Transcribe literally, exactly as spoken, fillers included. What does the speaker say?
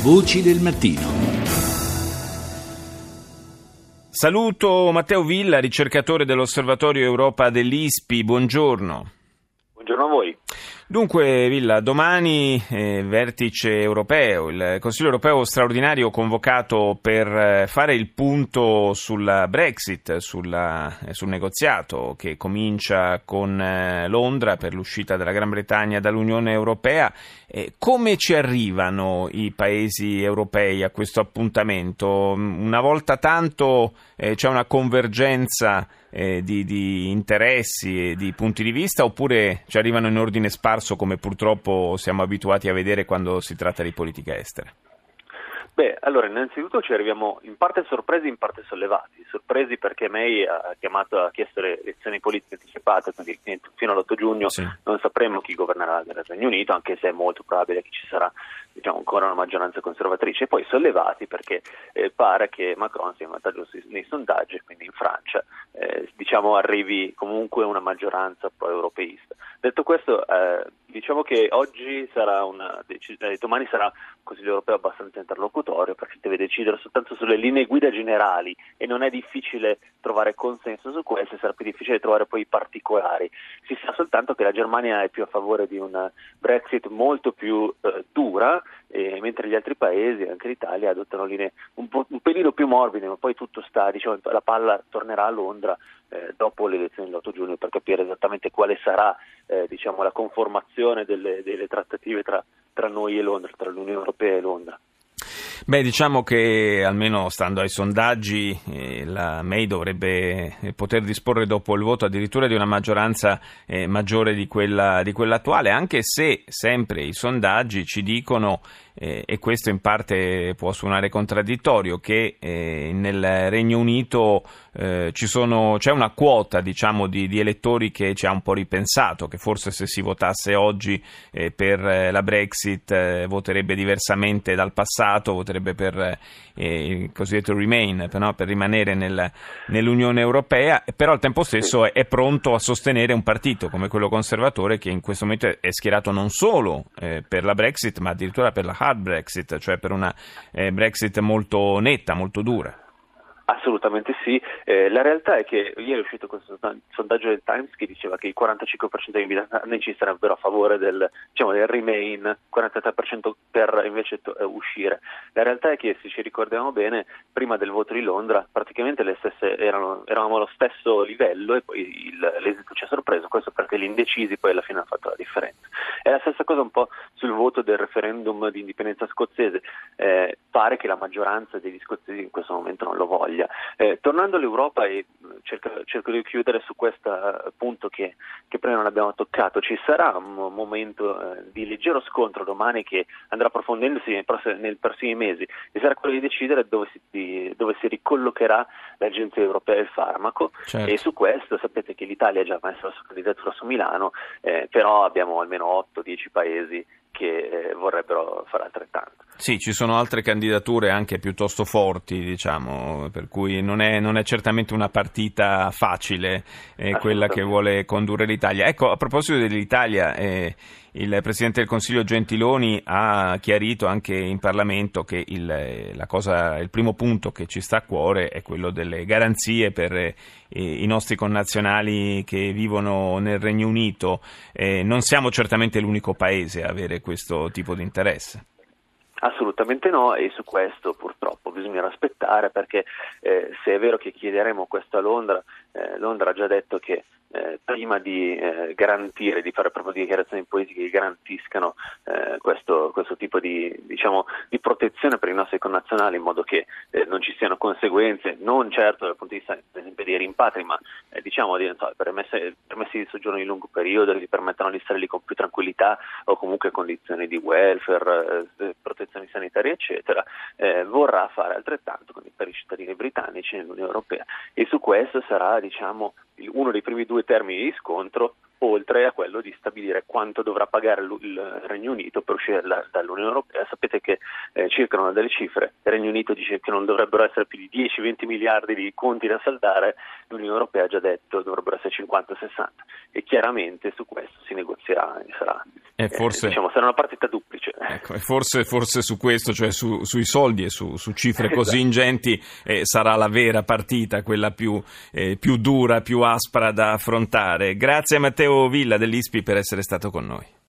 Voci del mattino. Saluto Matteo Villa, ricercatore dell'Osservatorio Europa dell'I S P I. Buongiorno. Buongiorno a voi. Dunque, Villa, domani eh, vertice europeo, il Consiglio europeo straordinario convocato per eh, fare il punto sulla Brexit, sulla, eh, sul negoziato che comincia con eh, Londra per l'uscita della Gran Bretagna dall'Unione Europea. Eh, come ci arrivano i paesi europei a questo appuntamento? Una volta tanto eh, c'è una convergenza eh, di, di interessi e di punti di vista, oppure ci arrivano in ordine sparso come purtroppo siamo abituati a vedere quando si tratta di politica estera? Beh, allora innanzitutto ci arriviamo in parte sorpresi, in parte sollevati. Sorpresi perché May ha chiamato, ha chiesto le elezioni politiche anticipate, quindi fino all'otto giugno sì. Non sapremo chi governerà nel Regno Unito, anche se è molto probabile che ci sarà, diciamo, ancora una maggioranza conservatrice. E poi sollevati perché eh, pare che Macron sia in vantaggio nei sondaggi, quindi in Francia eh, diciamo arrivi comunque una maggioranza pro-europeista. Detto questo, eh, diciamo che oggi sarà una eh, domani sarà un Consiglio europeo abbastanza interlocutorio, perché si deve decidere soltanto sulle linee guida generali e non è difficile trovare consenso su queste, sarà più difficile trovare poi i particolari. Si sa soltanto che la Germania è più a favore di una Brexit molto più eh, dura, e mentre gli altri paesi, anche l'Italia, adottano linee un, po', un pelino più morbide, ma poi tutto sta, diciamo, la palla tornerà a Londra eh, dopo le elezioni dell'otto giugno per capire esattamente quale sarà eh, diciamo, la conformazione delle, delle trattative tra, tra noi e Londra, tra l'Unione Europea e Londra. Beh, diciamo che almeno stando ai sondaggi eh, la May dovrebbe poter disporre dopo il voto addirittura di una maggioranza eh, maggiore di quella, di quella attuale, anche se sempre i sondaggi ci dicono, eh, e questo in parte può suonare contraddittorio, che eh, nel Regno Unito eh, ci sono, c'è una quota, diciamo, di, di elettori che ci ha un po' ripensato, che forse se si votasse oggi eh, per eh, la Brexit eh, voterebbe diversamente dal passato, voterebbe per eh, il cosiddetto Remain, no? Per rimanere nel, nell'Unione Europea, però al tempo stesso è, è pronto a sostenere un partito come quello conservatore che in questo momento è schierato non solo eh, per la Brexit, ma addirittura per la hard Brexit, cioè per una eh, Brexit molto netta, molto dura. Assolutamente sì, eh, la realtà è che ieri è uscito questo sondaggio del Times che diceva che il quarantacinque per cento dei britannici sarebbero a favore del, diciamo, del Remain, quarantatré per cento per invece to- uscire. La realtà è che, se ci ricordiamo bene, prima del voto di Londra praticamente le stesse erano, eravamo allo stesso livello e poi il, l'esito ci ha sorpreso, questo perché gli indecisi poi alla fine hanno fatto la differenza. È la stessa cosa un po' sul voto del referendum di indipendenza scozzese, eh, pare che la maggioranza degli scozzesi in questo momento non lo voglia. Eh, tornando all'Europa, e cerco, cerco di chiudere su questo uh, punto che, che prima non abbiamo toccato, ci sarà un momento uh, di leggero scontro domani che andrà approfondendosi nei prossimi, nei prossimi mesi, e sarà quello di decidere dove si, di, dove si ricollocherà l'Agenzia Europea del Farmaco. Certo. E su questo sapete che l'Italia ha già messo la sua candidatura su Milano, eh, però abbiamo almeno otto dieci paesi che eh, vorrebbero fare altrettanto. Sì, ci sono altre candidature anche piuttosto forti, diciamo, per cui non è, non è certamente una partita facile eh, quella che vuole condurre l'Italia. Ecco, a proposito dell'Italia, eh, il Presidente del Consiglio Gentiloni ha chiarito anche in Parlamento che il, la cosa, il primo punto che ci sta a cuore è quello delle garanzie per eh, i nostri connazionali che vivono nel Regno Unito. Eh, non siamo certamente l'unico paese a avere questo tipo di interesse. Assolutamente no, e su questo purtroppo bisognerà aspettare, perché eh, se è vero che chiederemo questo a Londra, eh, Londra ha già detto che eh, prima di eh, garantire, di fare proprio dichiarazioni politiche che garantiscano eh, questo, questo tipo di, diciamo, di protezione per i nostri connazionali, in modo che eh, non ci siano conseguenze, non certo dal punto di vista per esempio dei rimpatri, ma eh, diciamo di, so, permessi, permessi di soggiorno di lungo periodo che vi permettano di stare lì con più tranquillità, o comunque condizioni di welfare, eh, protezioni sanitarie eccetera, eh, vorrà fare altrettanto con, per i cittadini britannici nell'Unione Europea, e su questo sarà, diciamo, uno dei primi due termini di scontro, oltre a quello di stabilire quanto dovrà pagare il Regno Unito per uscire dall'Unione Europea. Sapete che eh, circolano delle cifre, il Regno Unito dice che non dovrebbero essere più di dieci venti miliardi di conti da saldare, l'Unione Europea ha già detto dovrebbero essere cinquanta sessanta, e chiaramente su questo si negozierà e sarà E forse, eh, diciamo, sarà una partita duplice. Ecco, e forse, forse su questo, cioè su, sui soldi e su, su cifre così Esatto. ingenti, eh, sarà la vera partita, quella più, eh, più dura, più aspra da affrontare. Grazie a Matteo Villa dell'I S P I per essere stato con noi.